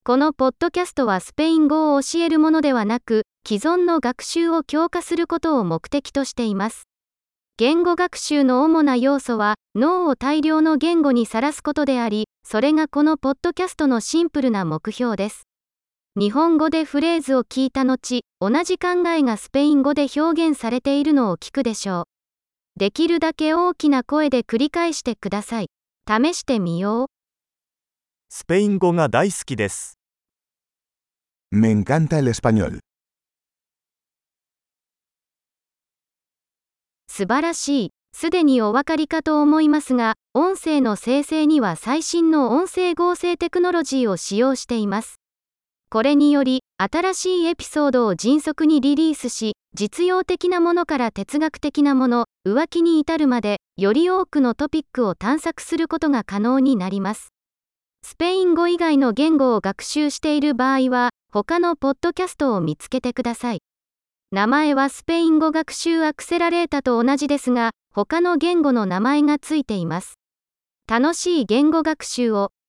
このポッドキャストはスペイン語を教えるものではなく、既存の学習を強化することを目的としています。言語学習の主な要素は、脳を大量の言語にさらすことであり、それがこのポッドキャストのシンプルな目標です。日本語でフレーズを聞いた後、同じ考えがスペイン語で表現されているのを聞くでしょう。できるだけ大きな声で繰り返してください。試してみよう。 スペイン語が大好きです。 Me encanta el español. 素晴らしい。すでにお分かりかと思いますが、音声の生成には最新の音声合成テクノロジーを使用しています。これにより、新しいエピソードを迅速にリリースし、実用的なものから哲学的なもの、浮気に至るまで、より多くのトピックを探索することが可能になります。スペイン語以外の言語を学習している場合は、他のポッドキャストを見つけてください。名前はスペイン語学習アクセラレータと同じですが、他の言語の名前がついています。楽しい言語学習を。